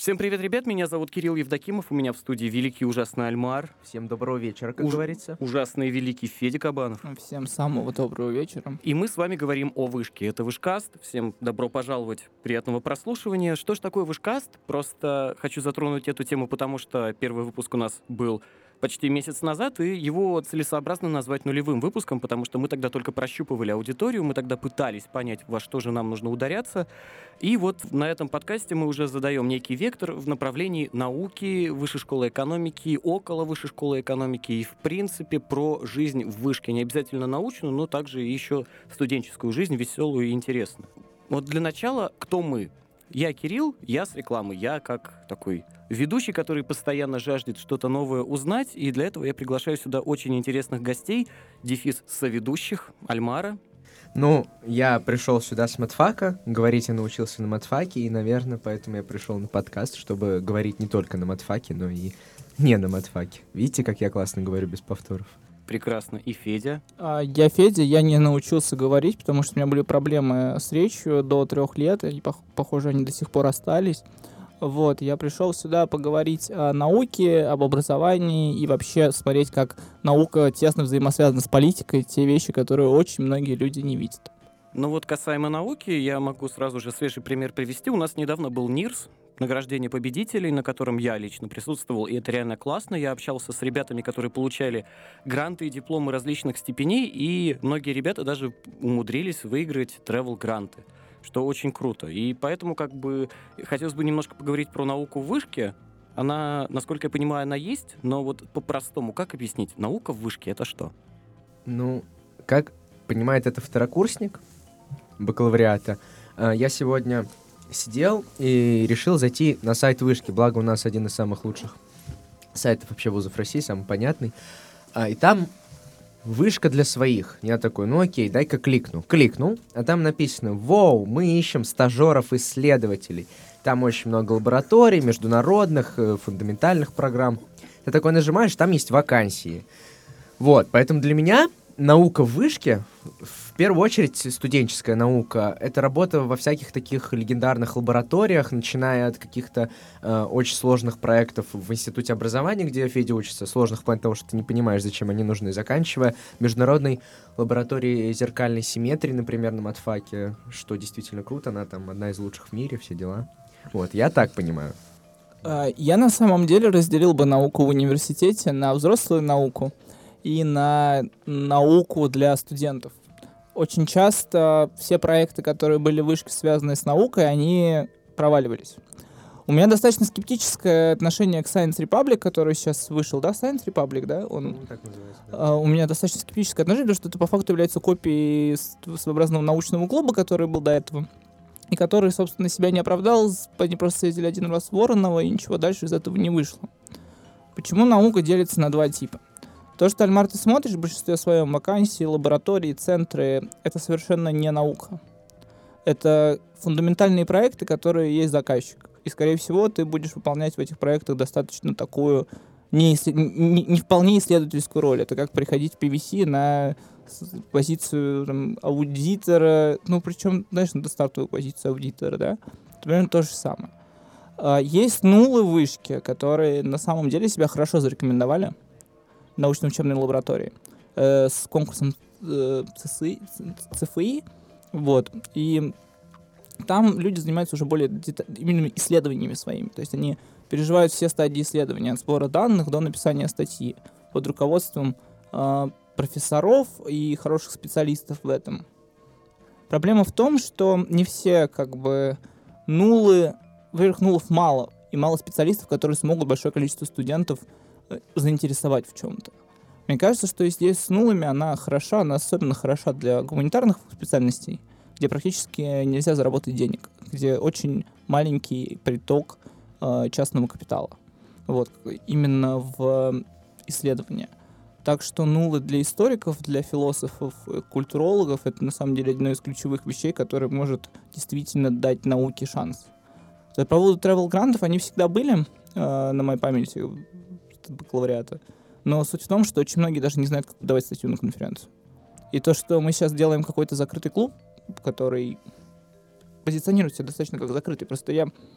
Всем привет, ребят, меня зовут Кирилл Евдокимов, у меня в студии великий ужасный Альмар. Всем доброго вечера, как говорится. Ужасный и великий Федя Кабанов. Всем самого доброго вечера. И мы с вами говорим о Вышке. Это Вышкаст. Всем добро пожаловать, приятного прослушивания. Что ж такое Вышкаст? Просто хочу затронуть эту тему, потому что первый выпуск у нас был почти месяц назад, и его целесообразно назвать нулевым выпуском, потому что мы тогда только прощупывали аудиторию, мы тогда пытались понять, во что же нам нужно ударяться. И вот на этом подкасте мы уже задаем некий вектор в направлении науки, высшей школы экономики, около высшей школы экономики и, в принципе, про жизнь в Вышке. Не обязательно научную, но также еще студенческую жизнь, веселую и интересную. Вот для начала, кто мы? Я Кирилл, я с рекламы, я как такой ведущий, который постоянно жаждет что-то новое узнать, и для этого я приглашаю сюда очень интересных гостей, дефис соведущих, Альмара. Ну, я пришел сюда с матфака, говорить я научился на матфаке, и, наверное, поэтому я пришел на подкаст, чтобы говорить не только на матфаке, но и не на матфаке. Видите, как я классно говорю без повторов? Прекрасно. И Федя. Я Федя, я не научился говорить, потому что у меня были проблемы с речью до 3 лет, и, похоже, они до сих пор остались. Вот, я пришел сюда поговорить о науке, об образовании и вообще смотреть, как наука тесно взаимосвязана с политикой, те вещи, которые очень многие люди не видят. Ну вот касаемо науки, я могу сразу же свежий пример привести. У нас недавно был НИРС, награждение победителей, на котором я лично присутствовал, и это реально классно. Я общался с ребятами, которые получали гранты и дипломы различных степеней, и многие ребята даже умудрились выиграть travel-гранты, что очень круто. И поэтому хотелось бы немножко поговорить про науку в Вышке. Она, насколько я понимаю, она есть, но вот по-простому, как объяснить? Наука в Вышке — это что? Ну, как понимает это второкурсник бакалавриата, я сегодня сидел и решил зайти на сайт Вышки, благо у нас один из самых лучших сайтов вообще вузов России, самый понятный. И там Вышка для своих. Я такой, ну окей, дай-ка кликну. Кликнул, а там написано: «Воу, мы ищем стажеров-исследователей». Там очень много лабораторий, международных, фундаментальных программ. Ты такой нажимаешь, там есть вакансии. Вот, поэтому для меня наука в Вышке, в первую очередь студенческая наука, это работа во всяких таких легендарных лабораториях, начиная от каких-то очень сложных проектов в Институте образования, где Федя учится, сложных в плане того, что ты не понимаешь, зачем они нужны, заканчивая международной лабораторией зеркальной симметрии, например, на матфаке, что действительно круто, она там одна из лучших в мире, все дела. Вот, я так понимаю. Я на самом деле разделил бы науку в университете на взрослую науку и на науку для студентов. Очень часто все проекты, которые были в Вышке связаны с наукой, они проваливались. У меня достаточно скептическое отношение к Science Republic, который сейчас вышел, да, Science Republic, да? Он так называется, да. У меня достаточно скептическое отношение, потому что это по факту является копией своеобразного научного клуба, который был до этого, и который, собственно, себя не оправдал, они просто съездили один раз в Воронова, и ничего дальше из этого не вышло. Почему наука делится на два типа? То, что, Альмар, ты смотришь в большинстве своем вакансии, лаборатории, центры, это совершенно не наука. Это фундаментальные проекты, которые есть заказчик. И, скорее всего, ты будешь выполнять в этих проектах достаточно такую не вполне исследовательскую роль. Это как приходить в PVC на позицию там, аудитора, ну, причем, знаешь, на стартовую позицию аудитора, да? Это примерно то же самое. Есть нулы в Вышке, которые на самом деле себя хорошо зарекомендовали в научно-учебной лаборатории с конкурсом ЦФИ, вот, и там люди занимаются уже более именно исследованиями своими, то есть они переживают все стадии исследования, от сбора данных до написания статьи под руководством профессоров и хороших специалистов в этом. Проблема в том, что не все нулы, во-первых, нулов мало, и мало специалистов, которые смогут большое количество студентов заинтересовать в чем-то. Мне кажется, что здесь с нулами она хороша, она особенно хороша для гуманитарных специальностей, где практически нельзя заработать денег, где очень маленький приток частного капитала. Вот, именно в исследования. Так что нулы для историков, для философов, культурологов — это на самом деле одно из ключевых вещей, которое может действительно дать науке шанс. По поводу travel-грантов, они всегда были на моей памяти бакалавриата. Но суть в том, что очень многие даже не знают, как подавать статью на конференцию. И то, что мы сейчас делаем какой-то закрытый клуб, который позиционирует себя достаточно как закрытый. Просто я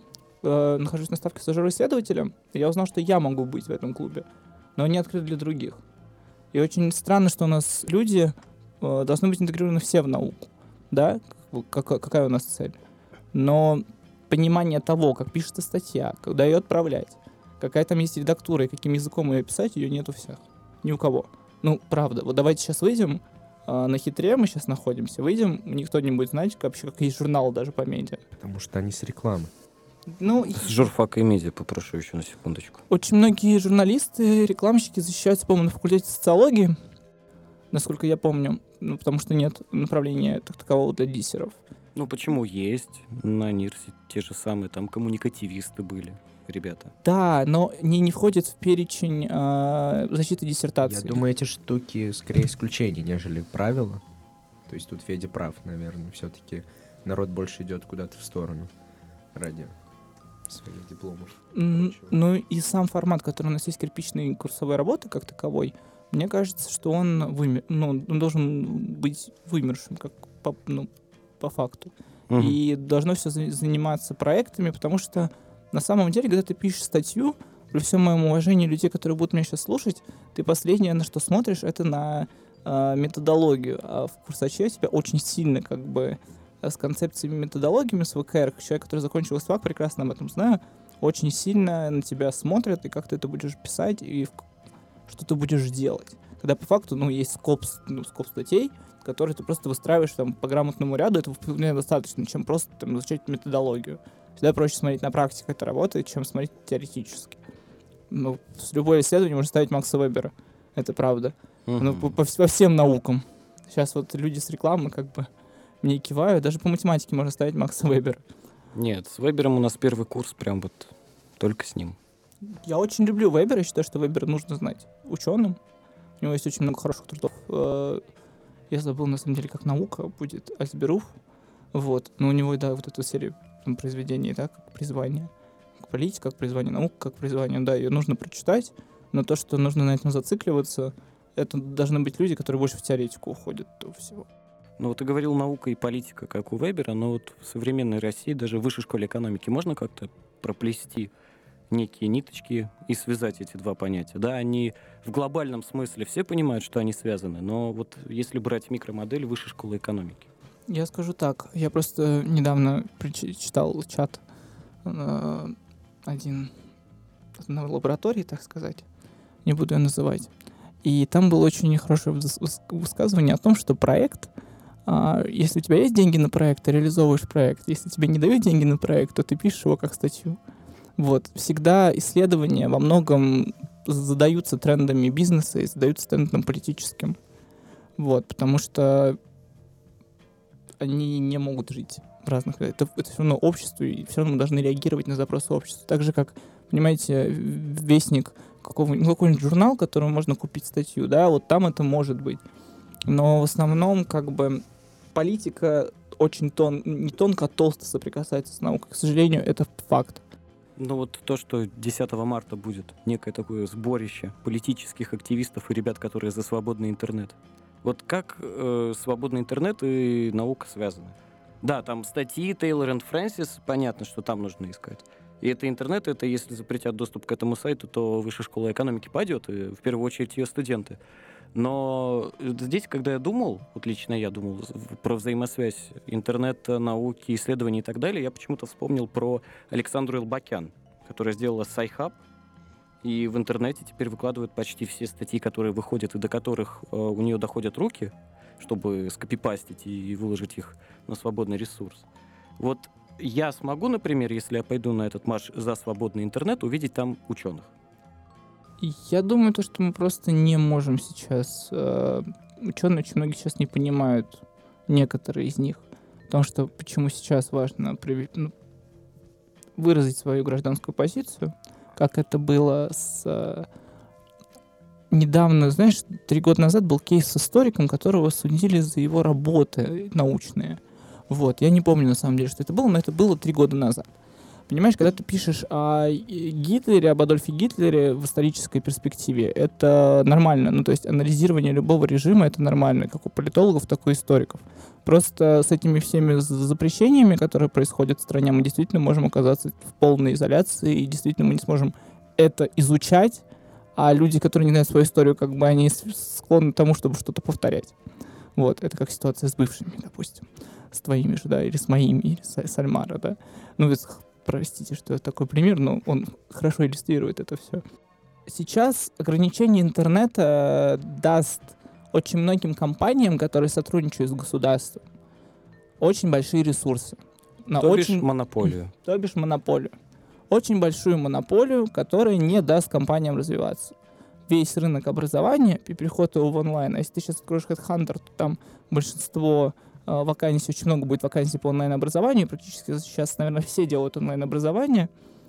нахожусь на ставке стажера-исследователя, и я узнал, что я могу быть в этом клубе, но они открыты для других. И очень странно, что у нас люди должны быть интегрированы все в науку, да, какая у нас цель. Но понимание того, как пишется статья, когда ее отправлять, какая там есть редактура и каким языком ее писать, ее нет у всех. Ни у кого. Ну, правда. Вот давайте сейчас выйдем на Хитре, мы сейчас находимся, выйдем, никто не будет знать, вообще, как есть журналы даже по медиа. Потому что они с рекламы. Ну, С журфака и медиа попрошу еще на секундочку. очень многие журналисты, рекламщики защищаются, по-моему, на факультете социологии, насколько я помню, ну, потому что нет направления так такового для диссеров. Ну почему есть? На НИРСе те же самые, там коммуникативисты были, ребята. Да, но не входит в перечень защиты диссертации. Я думаю, эти штуки скорее исключения, нежели правила. То есть тут Федя прав, наверное. Все-таки народ больше идет куда-то в сторону ради своих дипломов. Ну и сам формат, который у нас есть кирпичной курсовой работы как таковой, мне кажется, что он он должен быть вымершим, как по факту. Мгм. И должно все заниматься проектами, потому что на самом деле, когда ты пишешь статью, при всем моем уважении людей, которые будут меня сейчас слушать, ты последнее, на что смотришь, это на методологию. А в курсаче тебя очень сильно как бы с концепциями, методологиями, с ВКР, человек, который закончил СФАК, прекрасно об этом знаю, очень сильно на тебя смотрят, и как ты это будешь писать, и что ты будешь делать. Когда по факту, есть скоп статей, которые ты просто выстраиваешь там по грамотному ряду, этого вполне достаточно, чем просто там изучать методологию. Всегда проще смотреть на практике, как это работает, чем смотреть теоретически. С любое исследование можно ставить Макса Вебера. Это правда. Мгм. По всем наукам. Сейчас вот люди с рекламы как бы мне кивают. Даже по математике можно ставить Макса Вебера. Нет, с Вебером у нас первый курс прям вот только с ним. Я очень люблю Вебера, я считаю, что Вебера нужно знать ученым. У него есть очень много хороших трудов. Я забыл, на самом деле, как наука будет, Альсберуф. Вот. Но у него, да, вот эта серия произведений, да, как призвание. Как политика, как призвание, наука, как призвание. Да, ее нужно прочитать, но то, что нужно на этом зацикливаться, это должны быть люди, которые больше в теоретику уходят до всего. Ну вот ты говорил наука и политика, как у Вебера, но вот в современной России, даже в высшей школе экономики, можно как-то проплести некие ниточки и связать эти два понятия. Да, они в глобальном смысле все понимают, что они связаны, но вот если брать микромодель высшей школы экономики. Я скажу так, я просто недавно читал чат одной лаборатории, так сказать, не буду ее называть, и там было очень хорошее высказывание о том, что проект, если у тебя есть деньги на проект, ты реализовываешь проект, если тебе не дают деньги на проект, то ты пишешь его как статью. Вот. Всегда исследования во многом задаются трендами бизнеса и задаются трендом политическим. Вот, потому что они не могут жить в разных... Это все равно общество, и все равно мы должны реагировать на запросы общества. Так же, как, понимаете, вестник какой-нибудь журнал, которому можно купить статью, да, вот там это может быть. Но в основном, как бы, политика очень не тонко, а толсто соприкасается с наукой. К сожалению, это факт. Ну вот то, что 10 марта будет некое такое сборище политических активистов и ребят, которые за свободный интернет. Вот как свободный интернет и наука связаны? Да, там статьи Тейлор и Фрэнсис, понятно, что там нужно искать. И это интернет, это если запретят доступ к этому сайту, то высшая школа экономики падет, и в первую очередь ее студенты. Но здесь, когда я думал, вот лично я думал про взаимосвязь интернета, науки, исследований и так далее, я почему-то вспомнил про Александру Элбакян, которая сделала SciHub, и в интернете теперь выкладывают почти все статьи, которые выходят и до которых у нее доходят руки, чтобы скопипастить и выложить их на свободный ресурс. Вот я смогу, например, если я пойду на этот марш за свободный интернет, увидеть там ученых? Я думаю, то, что мы просто не можем сейчас... Ученые очень многие сейчас не понимают, некоторые из них, потому что почему сейчас важно выразить свою гражданскую позицию, как это было недавно, знаешь, 3 года назад был кейс с историком, которого судили за его работы научные. Вот, я не помню на самом деле, что это было, но это было 3 года назад. Понимаешь, когда ты пишешь о Гитлере, об Адольфе Гитлере в исторической перспективе, это нормально. Ну, то есть анализирование любого режима — это нормально, как у политологов, так и у историков. Просто с этими всеми запрещениями, которые происходят в стране, мы действительно можем оказаться в полной изоляции, и действительно мы не сможем это изучать, а люди, которые не знают свою историю, как бы они склонны к тому, чтобы что-то повторять. Вот, это как ситуация с бывшими, допустим, с твоими же, да, или с моими, или с Альмара, да. Ну, простите, что это такой пример, но он хорошо иллюстрирует это все. Сейчас ограничение интернета даст очень многим компаниям, которые сотрудничают с государством, очень большие ресурсы. То бишь монополию. То бишь монополию. Очень большую монополию, которая не даст компаниям развиваться. Весь рынок образования и переход его в онлайн. А если ты сейчас откроешь HeadHunter, то там большинство вакансий, очень много будет вакансий по онлайн-образованию, практически сейчас, наверное, все делают онлайн-образование,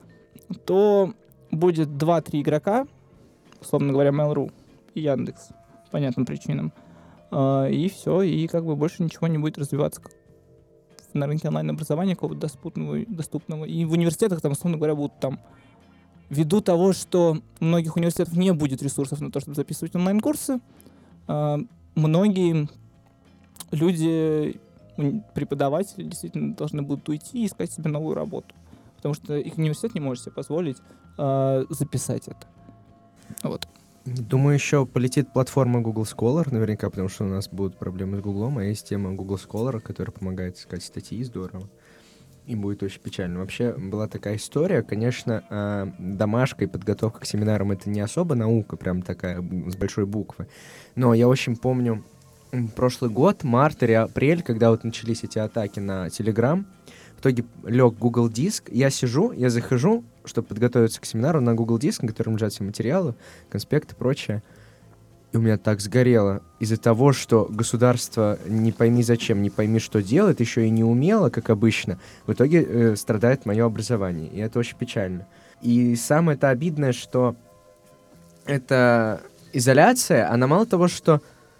то будет 2-3 игрока, условно говоря, Mail.ru и Яндекс, по понятным причинам, и все, и как бы больше ничего не будет развиваться на рынке онлайн-образования какого-то доступного. И в университетах, там, условно говоря, будут там, ввиду того, что у многих университетов не будет ресурсов на то, чтобы записывать онлайн-курсы, многие люди, преподаватели действительно должны будут уйти и искать себе новую работу. Потому что их университет не может себе позволить записать это. Вот. Думаю, еще полетит платформа Google Scholar, наверняка, потому что у нас будут проблемы с Google, а есть тема Google Scholar, которая помогает искать статьи, здорово. И будет очень печально. Вообще, была такая история, конечно, домашка и подготовка к семинарам — это не особо наука, прям такая, с большой буквы. Но я очень помню прошлый год, март или апрель, когда вот начались эти атаки на Telegram, в итоге лег Google Диск, я захожу, чтобы подготовиться к семинару, на Google Диск, на котором лежат все материалы, конспекты и прочее. И у меня так сгорело из-за того, что государство не пойми зачем, не пойми что делает, еще и не умело, как обычно. В итоге страдает мое образование, и это очень печально. И самое-то обидное, что эта изоляция, она мало того, что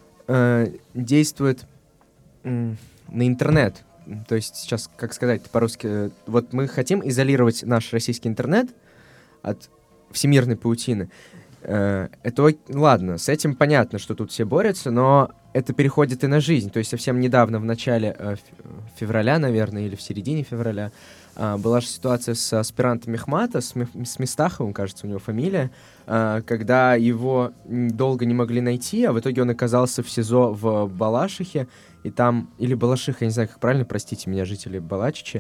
действует на интернет. То есть сейчас, как сказать по-русски, вот мы хотим изолировать наш российский интернет от всемирной паутины. Это ладно, с этим понятно, что тут все борются, но это переходит и на жизнь. То есть совсем недавно, в начале февраля, наверное, или в середине февраля, была же ситуация с аспирантом Мехмата, с Мистаховым, кажется, у него фамилия, когда его долго не могли найти, а в итоге он оказался в СИЗО в Балашихе, и там, или Балашиха, я не знаю, как правильно, простите меня, жители Балачичи,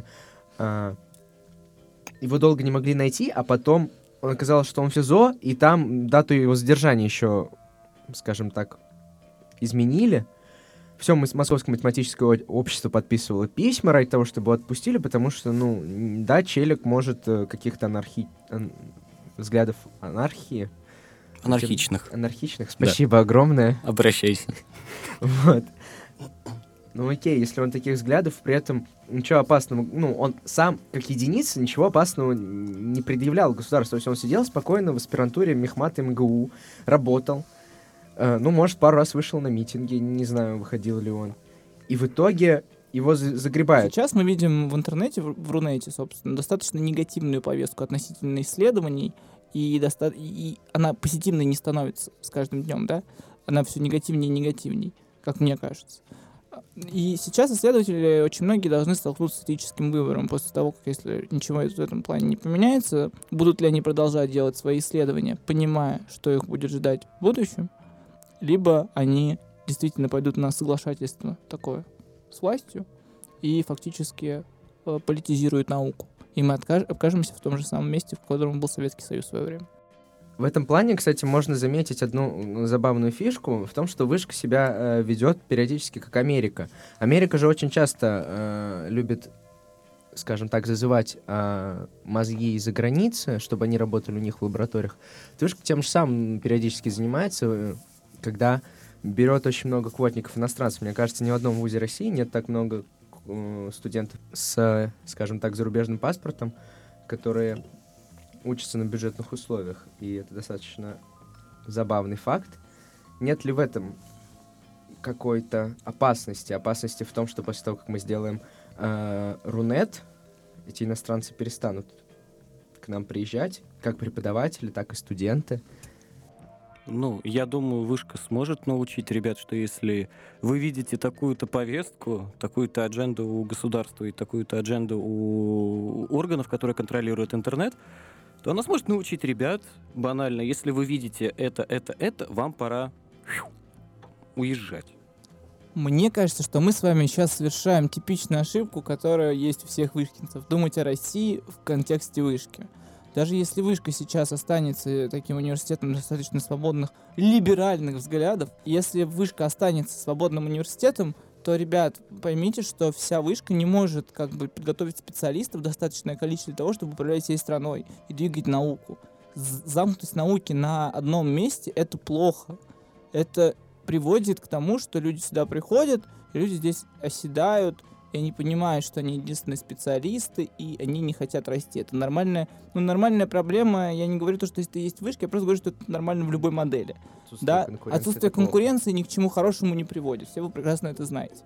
его долго не могли найти, а потом он оказалось, что он в СИЗО, и там дату его задержания еще, скажем так, изменили. Все Московское математическое общество подписывало письма ради того, чтобы его отпустили, потому что, да, челик может каких-то взглядов анархии. Анархичных. Спасибо огромное. Обращайся. Вот. Ну окей, если он таких взглядов, при этом ничего опасного, он сам, как единица, ничего опасного не предъявлял государству. То есть он сидел спокойно в аспирантуре Мехмата МГУ, работал, может, пару раз вышел на митинги, не знаю, выходил ли он. И в итоге его загребают. Сейчас мы видим в интернете, в Рунете, собственно, достаточно негативную повестку относительно исследований, и она позитивной не становится с каждым днем, да? Она все негативнее и негативней, как мне кажется. И сейчас исследователи, очень многие, должны столкнуться с этическим выбором после того, как, если ничего в этом плане не поменяется, будут ли они продолжать делать свои исследования, понимая, что их будет ждать в будущем, либо они действительно пойдут на соглашательство такое с властью и фактически политизируют науку. И мы окажемся в том же самом месте, в котором был Советский Союз в свое время. В этом плане, кстати, можно заметить одну забавную фишку в том, что вышка себя ведет периодически как Америка. Америка же очень часто любит, скажем так, зазывать мозги из-за границы, чтобы они работали у них в лабораториях. Вышка тем же самым периодически занимается, когда берет очень много квотников иностранцев. Мне кажется, ни в одном вузе России нет так много студентов с, скажем так, зарубежным паспортом, которые учатся на бюджетных условиях, и это достаточно забавный факт. Нет ли в этом какой-то опасности? Опасности в том, что после того, как мы сделаем Рунет, эти иностранцы перестанут к нам приезжать, как преподаватели, так и студенты? Ну, я думаю, вышка сможет научить ребят, что если вы видите такую-то повестку, такую-то адженду у государства и такую-то адженду у органов, которые контролируют интернет, то она сможет научить ребят банально, если вы видите это, вам пора уезжать. Мне кажется, что мы с вами сейчас совершаем типичную ошибку, которая есть у всех вышкинцев. Думать о России в контексте вышки. Даже если вышка сейчас останется таким университетом достаточно свободных, либеральных взглядов, если вышка останется свободным университетом, то, ребят, поймите, что вся вышка не может как бы подготовить специалистов достаточное количество для того, чтобы управлять всей страной и двигать науку. Замкнутость науки на одном месте — это плохо. Это приводит к тому, что люди сюда приходят, и люди здесь оседают, и они понимают, что они единственные специалисты, и они не хотят расти. Это нормальная проблема. Я не говорю то, что если ты есть вышка, я просто говорю, что это нормально в любой модели. Отсутствие конкуренции ни к чему хорошему не приводит. Все вы прекрасно это знаете.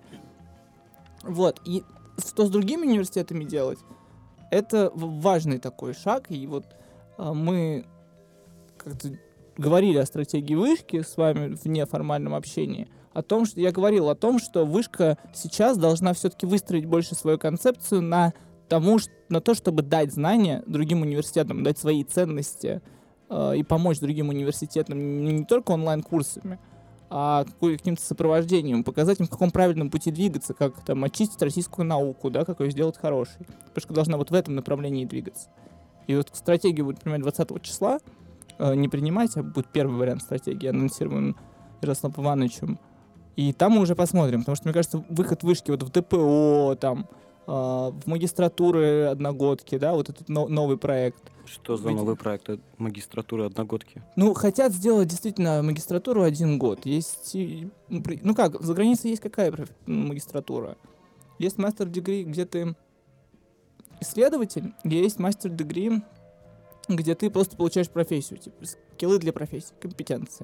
Вот. И что с другими университетами делать, это важный такой шаг. И вот мы как-то говорили о стратегии вышки с вами в неформальном общении. Я говорил о том, что вышка сейчас должна все-таки выстроить больше свою концепцию на то, чтобы дать знания другим университетам, дать свои ценности и помочь другим университетам не только онлайн-курсами, а каким-то сопровождением, показать им, в каком правильном пути двигаться, как там очистить российскую науку, да, как ее сделать хорошей. Вышка должна вот в этом направлении двигаться. И вот стратегию будет принимать 20 числа, не принимать, а будет первый вариант стратегии, анонсирован Ярославом Ивановичем. И там мы уже посмотрим, потому что, мне кажется, выход вышки вот в ДПО, там, в магистратуры одногодки, да, вот этот новый проект. Что за новый проект магистратуры одногодки? Ну, хотят сделать действительно магистратуру 1 год. Есть, ну как, за границей есть какая магистратура? Есть мастер-дегри, где ты исследователь, есть мастер-дегри, где ты просто получаешь профессию, типа скиллы для профессии, компетенции.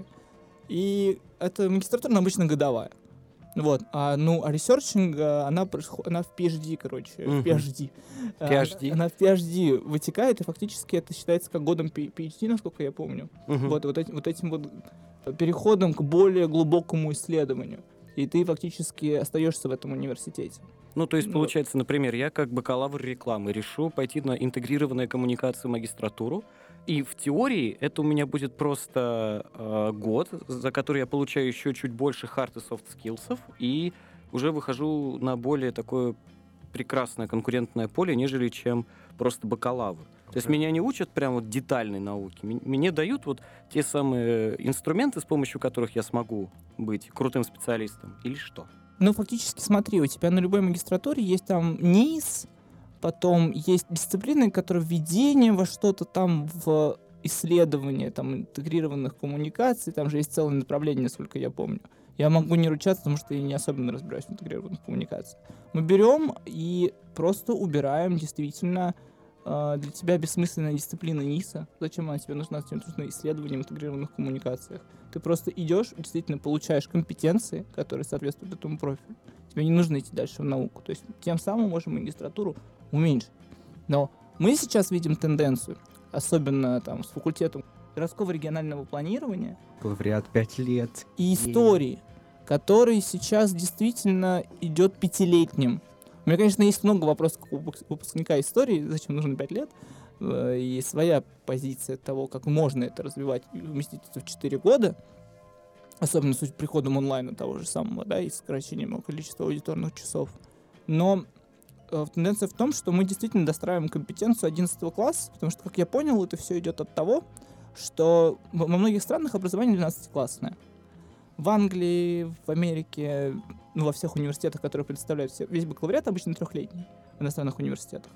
И эта магистратура обычно годовая. Вот. А ресерчинг, она в PhD, короче. В PhD. PhD? Она в PhD вытекает, и фактически это считается как годом PhD, насколько я помню. Вот этим вот переходом к более глубокому исследованию. И ты фактически остаешься в этом университете. Ну, то есть, получается, например, я как бакалавр рекламы решу пойти на интегрированную коммуникацию магистратуру, и в теории это у меня будет просто год, за который я получаю еще чуть больше hard и soft skills'ов, и уже выхожу на более такое прекрасное конкурентное поле, нежели чем просто бакалавр. То есть меня не учат прям вот детальной науке, мне дают вот те самые инструменты, с помощью которых я смогу быть крутым специалистом, или что? Ну, фактически, смотри, у тебя на любой магистратуре есть там низ, потом есть дисциплины, которые введение во что-то там, в исследование там интегрированных коммуникаций, там же есть целое направление, насколько я помню. Я могу не ручаться, потому что я не особенно разбираюсь в интегрированных коммуникациях. Мы берем и просто убираем действительно для тебя бессмысленная дисциплина НИСа. Зачем она тебе нужна? Тебе нужно исследование в интегрированных коммуникациях. Ты просто идешь, действительно получаешь компетенции, которые соответствуют этому профилю. Тебе не нужно идти дальше в науку. То есть тем самым можем магистратуру уменьшить. Но мы сейчас видим тенденцию, особенно там с факультетом городского регионального планирования. Бакалавриат 5 лет. И истории, который сейчас действительно идет 5-летним. У меня, конечно, есть много вопросов как у выпускника истории, зачем нужно 5 лет. И своя позиция того, как можно это развивать и вместить это в 4 года. Особенно с приходом онлайна того же самого, да, и сокращением количества аудиторных часов. Но тенденция в том, что мы действительно достраиваем компетенцию 11 класса, потому что, как я понял, это все идет от того, что во многих странах образование 12-классное. В Англии, в Америке, во всех университетах, которые представляют весь бакалавриат, обычно 3-летний в иностранных университетах.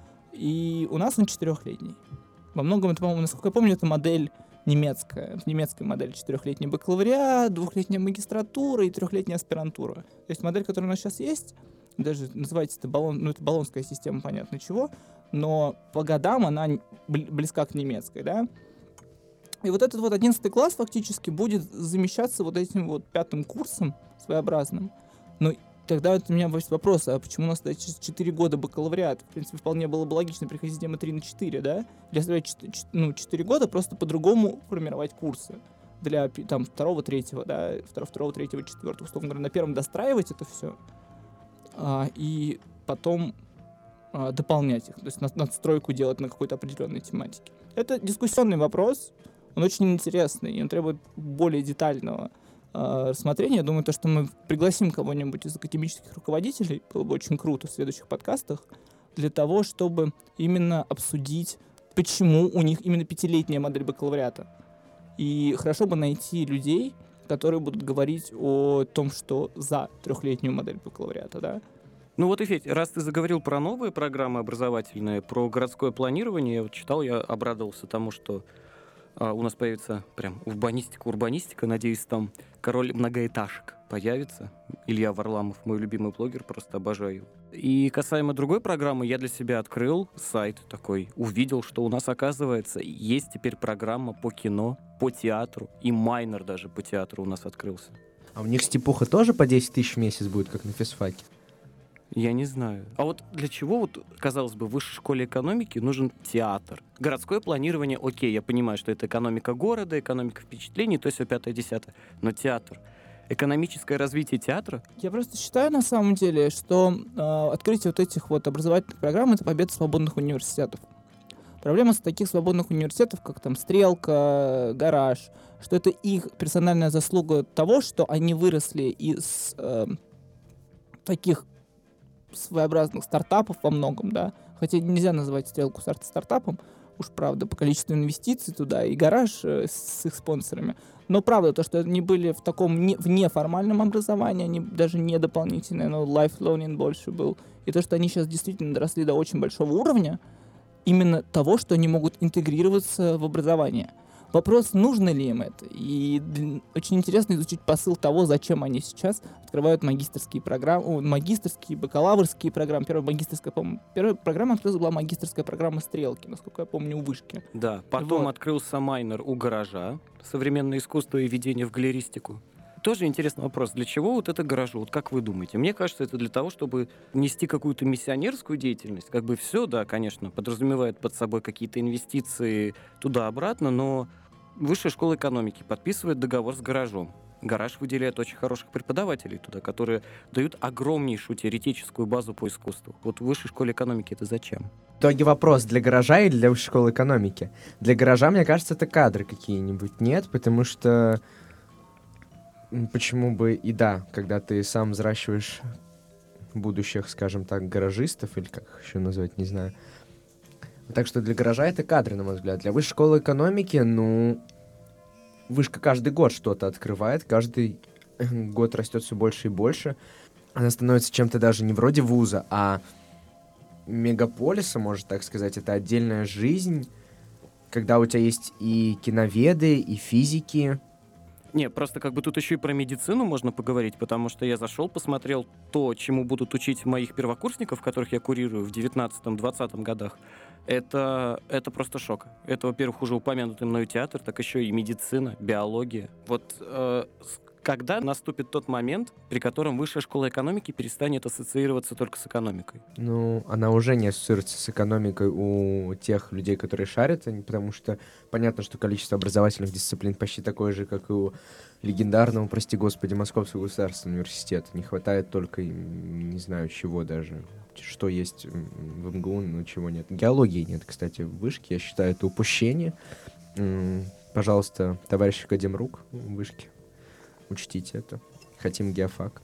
И у нас он 4-летний. Во многом это, по-моему, насколько я помню, это модель немецкая. В немецкой модели 4-летний бакалавриат, 2-летняя магистратура и 3-летняя аспирантура. То есть модель, которая у нас сейчас есть, даже называется это это болонская система, понятно чего, но по годам она близка к немецкой, да. И вот этот вот 11 класс фактически будет замещаться вот этим вот 5-м курсом своеобразным. Но тогда вот у меня есть вопрос, а почему у нас 4 года бакалавриат? В принципе, вполне было бы логично переходить с системы 3 на 4, да? Или оставлять 4 года, просто по-другому формировать курсы для там второго, третьего, да, второго, третьего, четвертого, условно говоря, на первом достраивать это все, и потом дополнять их, то есть надстройку делать на какой-то определенной тематике. Это дискуссионный вопрос, он очень интересный, и он требует более детального рассмотрения. Я думаю, то, что мы пригласим кого-нибудь из академических руководителей, было бы очень круто в следующих подкастах, для того, чтобы именно обсудить, почему у них именно 5-летняя модель бакалавриата. И хорошо бы найти людей, которые будут говорить о том, что за 3-летнюю модель бакалавриата, да. Ну вот, Федь, раз ты заговорил про новые программы образовательные, про городское планирование, я вот читал, я обрадовался тому, что у нас появится прям урбанистика, надеюсь, там король многоэтажек появится. Илья Варламов, мой любимый блогер, просто обожаю. И касаемо другой программы, я для себя открыл сайт такой, увидел, что у нас, оказывается, есть теперь программа по кино, по театру, и майнер даже по театру у нас открылся. А у них стипуха тоже по 10 тысяч в месяц будет, как на физфаке? Я не знаю. А вот для чего, вот, казалось бы, в высшей школе экономики нужен театр? Городское планирование, окей, я понимаю, что это экономика города, экономика впечатлений, то есть все 5-10. Но театр. Экономическое развитие театра? Я просто считаю, на самом деле, что открытие вот этих вот образовательных программ — это победа свободных университетов. Проблема с таких свободных университетов, как там Стрелка, Гараж, что это их персональная заслуга того, что они выросли из таких своеобразных стартапов во многом, да, хотя нельзя называть Стрелку стартапом, уж правда, по количеству инвестиций туда, и Гараж с их спонсорами. Но правда, то, что они были в таком в неформальном образовании, они даже не дополнительное, но life learning больше был. И то, что они сейчас действительно доросли до очень большого уровня, именно того, что они могут интегрироваться в образование. Вопрос, нужно ли им это. И очень интересно изучить посыл того, зачем они сейчас открывают магистерские программы, магистерские, бакалаврские программы. Первая программа открылась, была магистерская программа «Стрелки», насколько я помню, у Вышки. Да, потом Вот. открылся майнер у Гаража, современное искусство и введение в галеристику. Тоже интересный вопрос, для чего вот это Гаражу? Вот как вы думаете? Мне кажется, это для того, чтобы нести какую-то миссионерскую деятельность. Как бы все, да, конечно, подразумевает под собой какие-то инвестиции туда-обратно, но Высшая школа экономики подписывает договор с Гаражом. Гараж выделяет очень хороших преподавателей туда, которые дают огромнейшую теоретическую базу по искусству. Вот в Высшей школе экономики это зачем? В итоге вопрос, для Гаража или для Высшей школы экономики? Для Гаража, мне кажется, это кадры какие-нибудь. Нет, потому что... Почему бы и да, когда ты сам взращиваешь будущих, скажем так, гаражистов, или как их еще назвать, не знаю. Так что для Гаража это кадры, на мой взгляд. Для Высшей школы экономики, ну... Вышка каждый год что-то открывает, каждый год растет все больше и больше. Она становится чем-то даже не вроде вуза, а мегаполиса, можно так сказать. Это отдельная жизнь, когда у тебя есть и киноведы, и физики. Не, просто как бы тут еще и про медицину можно поговорить, потому что я зашел, посмотрел то, чему будут учить моих первокурсников, которых я курирую в 19-20 годах. Это просто шок. Это, во-первых, уже упомянутый мною театр, так еще и медицина, биология. Вот когда наступит тот момент, при котором Высшая школа экономики перестанет ассоциироваться только с экономикой? Ну, она уже не ассоциируется с экономикой у тех людей, которые шарят, потому что понятно, что количество образовательных дисциплин почти такое же, как и у легендарного, прости господи, Московского государственного университета. Не хватает только, не знаю, чего даже, что есть в МГУ, но чего нет. Геологии нет, кстати, в Вышке. Я считаю, это упущение. Пожалуйста, товарищ академрук в Вышке, учтите это. Хотим геофак.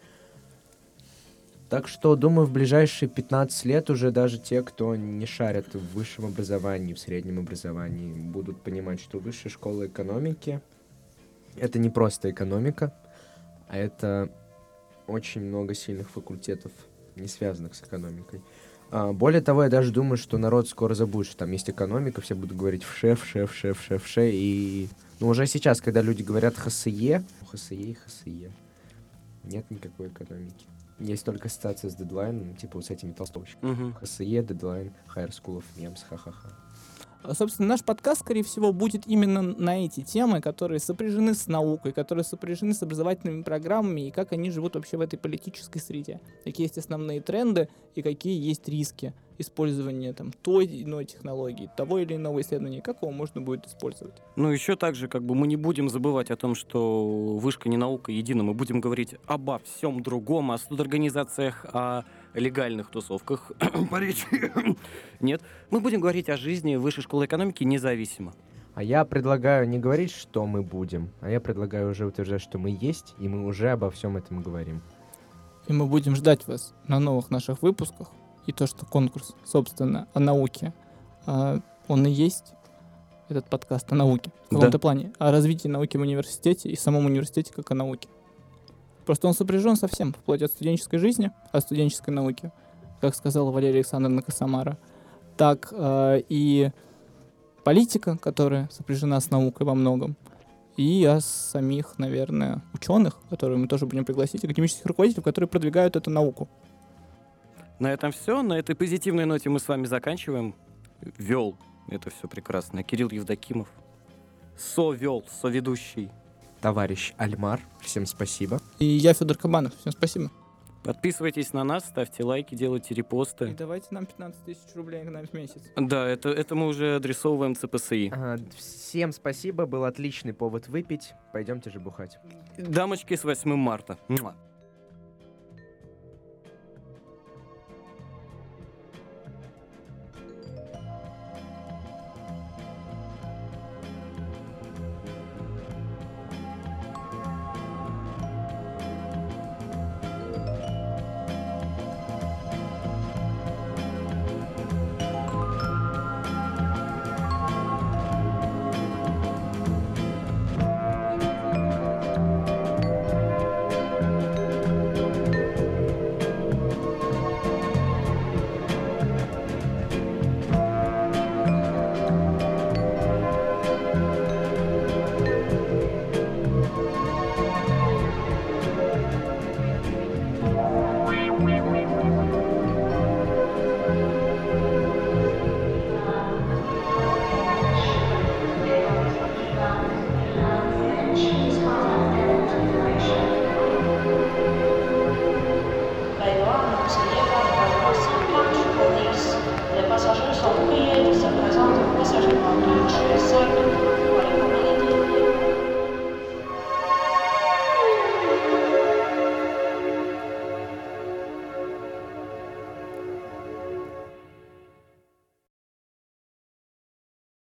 Так что, думаю, в ближайшие 15 лет уже даже те, кто не шарят в высшем образовании, в среднем образовании, будут понимать, что высшая школа экономики — это не просто экономика, а это очень много сильных факультетов, не связанных с экономикой. Более того, я даже думаю, что народ скоро забудет, что там есть экономика, все будут говорить вше, и... Ну, уже сейчас, когда люди говорят ХСЕ, ХСЕ и ХСЕ, нет никакой экономики. Есть только ассоциация с дедлайном, типа вот с этими толстовщиками. Угу. ХСЕ, дедлайн, Higher School of Memes, ха-ха-ха. Собственно, наш подкаст, скорее всего, будет именно на эти темы, которые сопряжены с наукой, которые сопряжены с образовательными программами, и как они живут вообще в этой политической среде. Какие есть основные тренды и какие есть риски использования там, той или иной технологии, того или иного исследования, как его можно будет использовать. Ну, еще также, мы не будем забывать о том, что вышка не наука едина. Мы будем говорить обо всем другом, о студорганизациях, о легальных тусовках. Нет. Мы будем говорить о жизни Высшей школы экономики независимо. А я предлагаю не говорить, что мы будем, а я предлагаю уже утверждать, что мы есть, и мы уже обо всем этом говорим. И мы будем ждать вас на новых наших выпусках. И то, что конкурс, собственно, о науке, он и есть этот подкаст о науке. В каком-то плане. О развитии науки в университете и самом университете как о науке. Просто он сопряжен со всем, вплоть от студенческой жизни, о студенческой науке, как сказала Валерия Александровна Косомара, так и политика, которая сопряжена с наукой во многом, и о самих, наверное, ученых, которые мы тоже будем пригласить, академических руководителей, которые продвигают эту науку. На этом все. На этой позитивной ноте мы с вами заканчиваем. Вел это все прекрасно Кирилл Евдокимов. Соведущий. Товарищ Альмар, всем спасибо. И я, Федор Кабанов. Всем спасибо. Подписывайтесь на нас, ставьте лайки, делайте И репосты. давайте нам 15 тысяч рублей на месяц. Да, это мы уже адресовываем ЦПСИ. Всем спасибо, был отличный повод выпить. Пойдемте же бухать. Дамочки, с 8 марта. Муа.